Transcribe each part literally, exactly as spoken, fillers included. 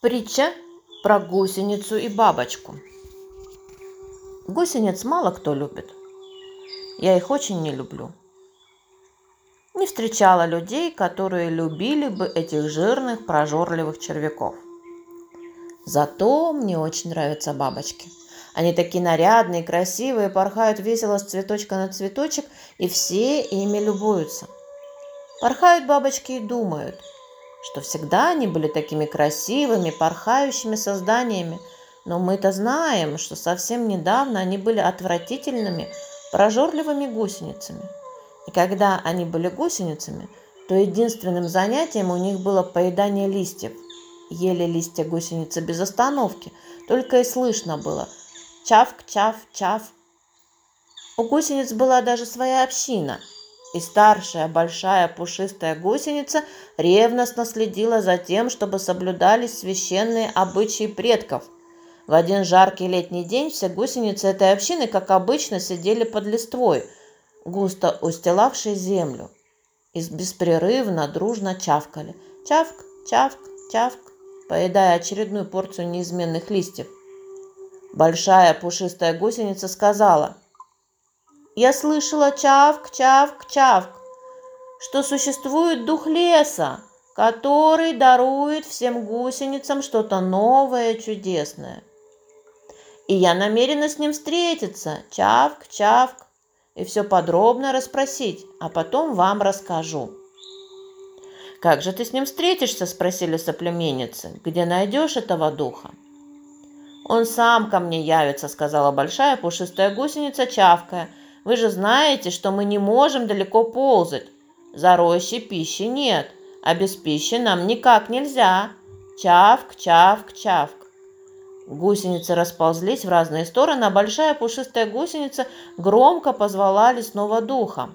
Притча про гусеницу и бабочку. Гусениц мало кто любит. Я их очень не люблю. Не встречала людей, которые любили бы этих жирных, прожорливых червяков. Зато мне очень нравятся бабочки. Они такие нарядные, красивые, порхают весело с цветочка на цветочек, и все ими любуются. Порхают бабочки и думают, что всегда они были такими красивыми, порхающими созданиями, но мы-то знаем, что совсем недавно они были отвратительными, прожорливыми гусеницами. И когда они были гусеницами, то единственным занятием у них было поедание листьев. Ели листья гусеницы без остановки, только и слышно было чавк, чав, чав. У гусениц была даже своя община, и старшая большая пушистая гусеница ревностно следила за тем, чтобы соблюдались священные обычаи предков. В один жаркий летний день все гусеницы этой общины, как обычно, сидели под листвой, густо устилавшей землю, и беспрерывно, дружно чавкали. Чавк, чавк, чавк, поедая очередную порцию неизменных листьев. Большая пушистая гусеница сказала: «Я слышала чавк, чавк, чавк, что существует дух леса, который дарует всем гусеницам что-то новое, чудесное. И я намерена с ним встретиться, чавк, чавк, и все подробно расспросить, а потом вам расскажу». «Как же ты с ним встретишься?» – спросили соплеменницы. «Где найдешь этого духа?» «Он сам ко мне явится», – сказала большая пушистая гусеница, чавкая. «Вы же знаете, что мы не можем далеко ползать. За рощей пищи нет, а без пищи нам никак нельзя. Чавк, чавк, чавк». Гусеницы расползлись в разные стороны, а большая пушистая гусеница громко позвала лесного духа.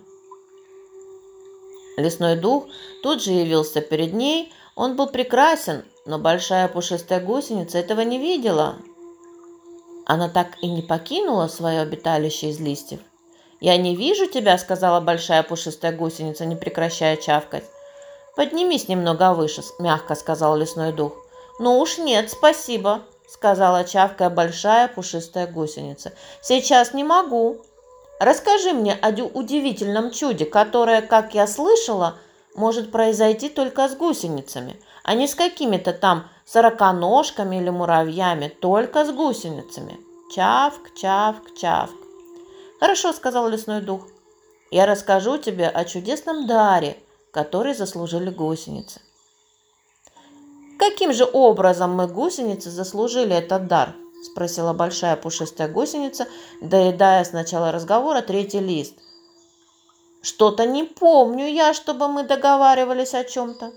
Лесной дух тут же явился перед ней. Он был прекрасен, но большая пушистая гусеница этого не видела. Она так и не покинула свое обиталище из листьев. «Я не вижу тебя», — сказала большая пушистая гусеница, не прекращая чавкать. «Поднимись немного выше», — мягко сказал лесной дух. «Ну уж нет, спасибо», — сказала чавкая большая пушистая гусеница. «Сейчас не могу. Расскажи мне о удивительном чуде, которое, как я слышала, может произойти только с гусеницами, а не с какими-то там сороконожками или муравьями, только с гусеницами. Чавк, чавк, чавк». «Хорошо», — сказал лесной дух. «Я расскажу тебе о чудесном даре, который заслужили гусеницы». «Каким же образом мы, гусеницы, заслужили этот дар?» — спросила большая пушистая гусеница, доедая с начала разговора третий лист. «Что-то не помню я, чтобы мы договаривались о чем-то».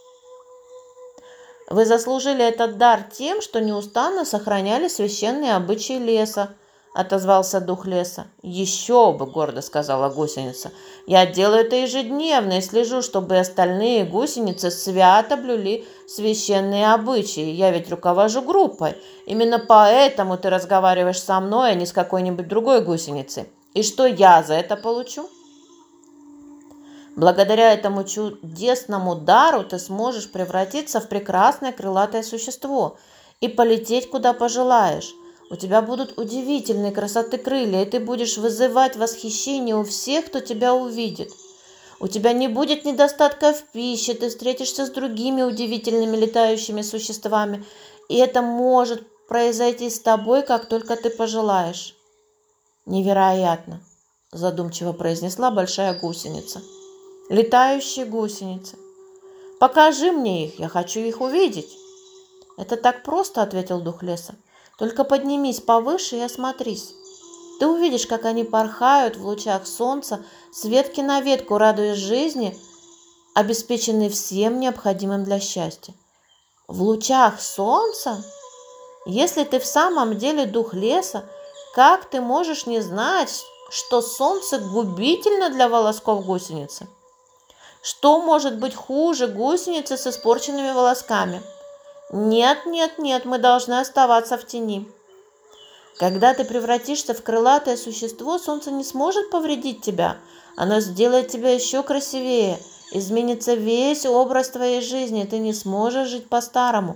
«Вы заслужили этот дар тем, что неустанно сохраняли священные обычаи леса», — отозвался дух леса. «Еще бы», — гордо сказала гусеница. «Я делаю это ежедневно и слежу, чтобы остальные гусеницы свято блюли священные обычаи. Я ведь руковожу группой. Именно поэтому ты разговариваешь со мной, а не с какой-нибудь другой гусеницей. И что я за это получу? Благодаря этому чудесному дару ты сможешь превратиться в прекрасное крылатое существо и полететь, куда пожелаешь. У тебя будут удивительной красоты крылья, и ты будешь вызывать восхищение у всех, кто тебя увидит. У тебя не будет недостатка в пище, ты встретишься с другими удивительными летающими существами, и это может произойти с тобой, как только ты пожелаешь». «Невероятно», — задумчиво произнесла большая гусеница. «Летающие гусеницы. Покажи мне их, я хочу их увидеть». «Это так просто», — ответил дух леса. «Только поднимись повыше и осмотрись. Ты увидишь, как они порхают в лучах солнца с ветки на ветку, радуясь жизни, обеспеченной всем необходимым для счастья». «В лучах солнца? Если ты в самом деле дух леса, как ты можешь не знать, что солнце губительно для волосков гусеницы? Что может быть хуже гусеницы с испорченными волосками? Нет, нет, нет, мы должны оставаться в тени. Когда ты превратишься в крылатое существо, солнце не сможет повредить тебя. Оно сделает тебя еще красивее. Изменится весь образ твоей жизни, и ты не сможешь жить по-старому,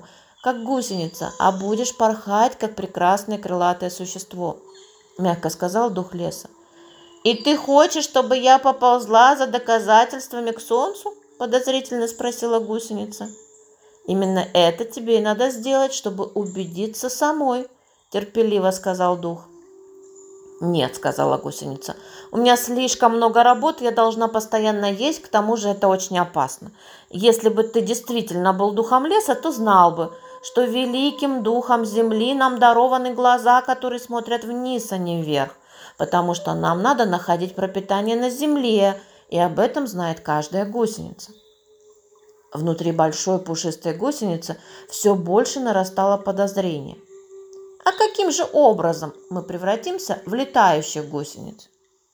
как гусеница, а будешь порхать, как прекрасное крылатое существо», – мягко сказал дух леса. «И ты хочешь, чтобы я поползла за доказательствами к солнцу?» – подозрительно спросила гусеница. «Именно это тебе и надо сделать, чтобы убедиться самой», – терпеливо сказал дух. «Нет», – сказала гусеница, – «у меня слишком много работы, я должна постоянно есть, к тому же это очень опасно. Если бы ты действительно был духом леса, то знал бы, что великим духом земли нам дарованы глаза, которые смотрят вниз, а не вверх, потому что нам надо находить пропитание на земле, и об этом знает каждая гусеница». Внутри большой пушистой гусеницы все больше нарастало подозрение. «А каким же образом мы превратимся в летающих гусениц?»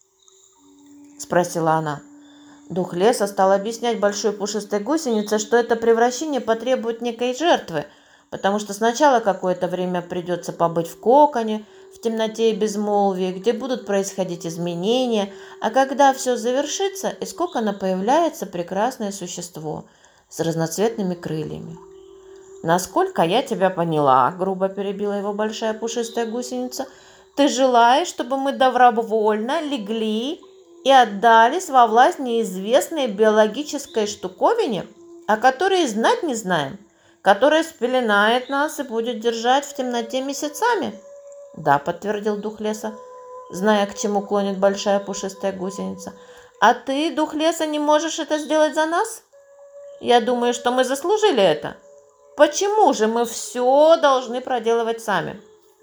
– спросила она. Дух леса стал объяснять большой пушистой гусенице, что это превращение потребует некой жертвы, потому что сначала какое-то время придется побыть в коконе, в темноте и безмолвии, где будут происходить изменения, а когда все завершится, из кокона появляется прекрасное существо с разноцветными крыльями. «Насколько я тебя поняла», – грубо перебила его большая пушистая гусеница, – «ты желаешь, чтобы мы добровольно легли и отдались во власть неизвестной биологической штуковине, о которой знать не знаем, которая спеленает нас и будет держать в темноте месяцами?» «Да», – подтвердил дух леса, зная, к чему клонит большая пушистая гусеница. «А ты, дух леса, не можешь это сделать за нас? Я думаю, что мы заслужили это. Почему же мы все должны проделывать сами?»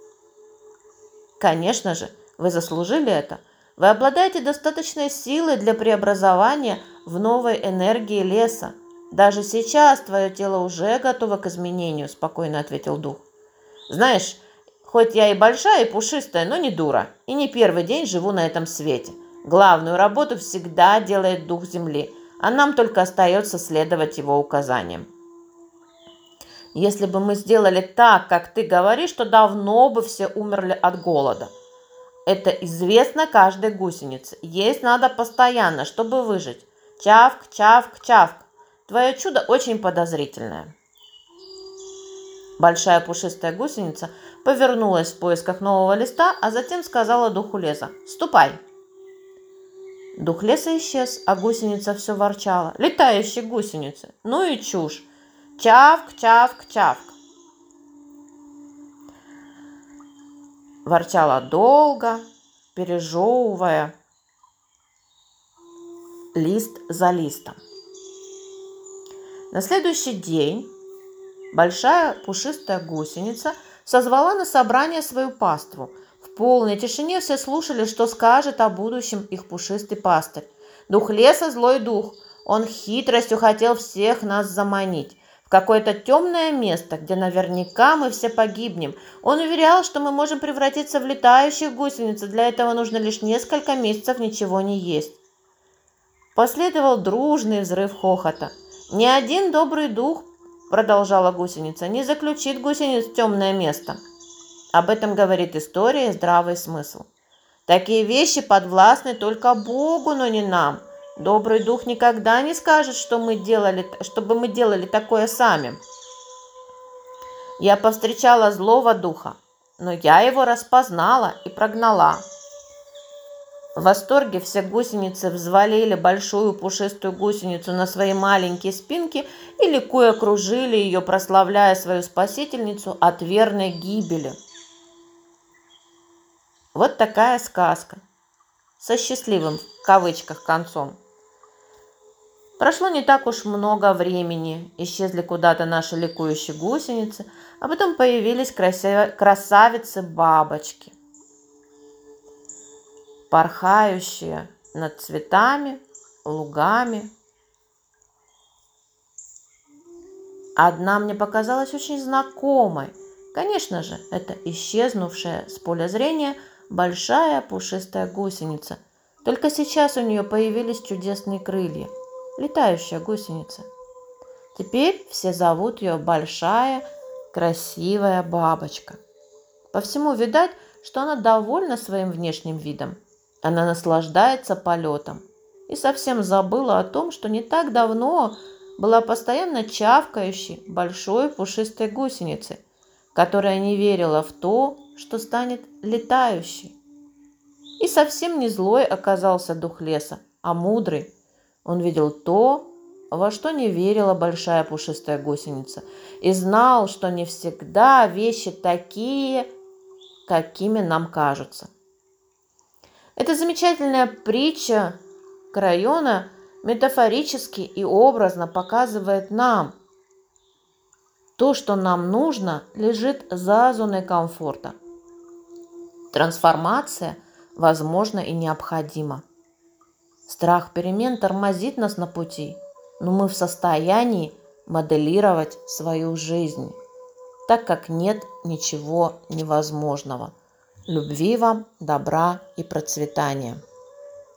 «Конечно же, вы заслужили это. Вы обладаете достаточной силой для преобразования в новой энергии леса. Даже сейчас твое тело уже готово к изменению», – спокойно ответил дух. «Знаешь, хоть я и большая, и пушистая, но не дура, и не первый день живу на этом свете. Главную работу всегда делает дух земли, а нам только остается следовать его указаниям. Если бы мы сделали так, как ты говоришь, то давно бы все умерли от голода. Это известно каждой гусенице. Есть надо постоянно, чтобы выжить. Чавк, чавк, чавк. Твое чудо очень подозрительное». Большая пушистая гусеница повернулась в поисках нового листа, а затем сказала духу леса: «Ступай». Дух леса исчез, а гусеница все ворчала: «Летающие гусеницы! Ну и чушь! Чавк, чавк, чавк!» Ворчала долго, пережевывая лист за листом. На следующий день большая пушистая гусеница созвала на собрание свою паству. В полной тишине все слушали, что скажет о будущем их пушистый пастырь. Дух леса – злой дух. Он хитростью хотел всех нас заманить в какое-то темное место, где наверняка мы все погибнем. Он уверял, что мы можем превратиться в летающих гусениц, и для этого нужно лишь несколько месяцев ничего не есть. Последовал дружный взрыв хохота. «Ни один добрый дух, — продолжала гусеница, — не заключит гусениц в темное место. Об этом говорит история и здравый смысл. Такие вещи подвластны только Богу, но не нам. Добрый дух никогда не скажет, что мы делали, чтобы мы делали такое сами. Я повстречала злого духа, но я его распознала и прогнала». В восторге все гусеницы взвалили большую пушистую гусеницу на свои маленькие спинки и ликуя кружили ее, прославляя свою спасительницу от верной гибели. Вот такая сказка со счастливым в кавычках концом. Прошло не так уж много времени, исчезли куда-то наши ликующие гусеницы, а потом появились красавицы-бабочки, порхающие над цветами, лугами. Одна мне показалась очень знакомой. Конечно же, это исчезнувшая с поля зрения большая пушистая гусеница. Только сейчас у нее появились чудесные крылья. Летающая гусеница. Теперь все зовут ее большая красивая бабочка. По всему видать, что она довольна своим внешним видом. Она наслаждается полетом и совсем забыла о том, что не так давно была постоянно чавкающей большой пушистой гусеницей, которая не верила в то, что станет летающей. И совсем не злой оказался дух леса, а мудрый. Он видел то, во что не верила большая пушистая гусеница, и знал, что не всегда вещи такие, какими нам кажутся. Эта замечательная притча Крайона метафорически и образно показывает нам, то, что нам нужно, лежит за зоной комфорта. Трансформация возможна и необходима. Страх перемен тормозит нас на пути, но мы в состоянии моделировать свою жизнь, так как нет ничего невозможного. Любви вам, добра и процветания.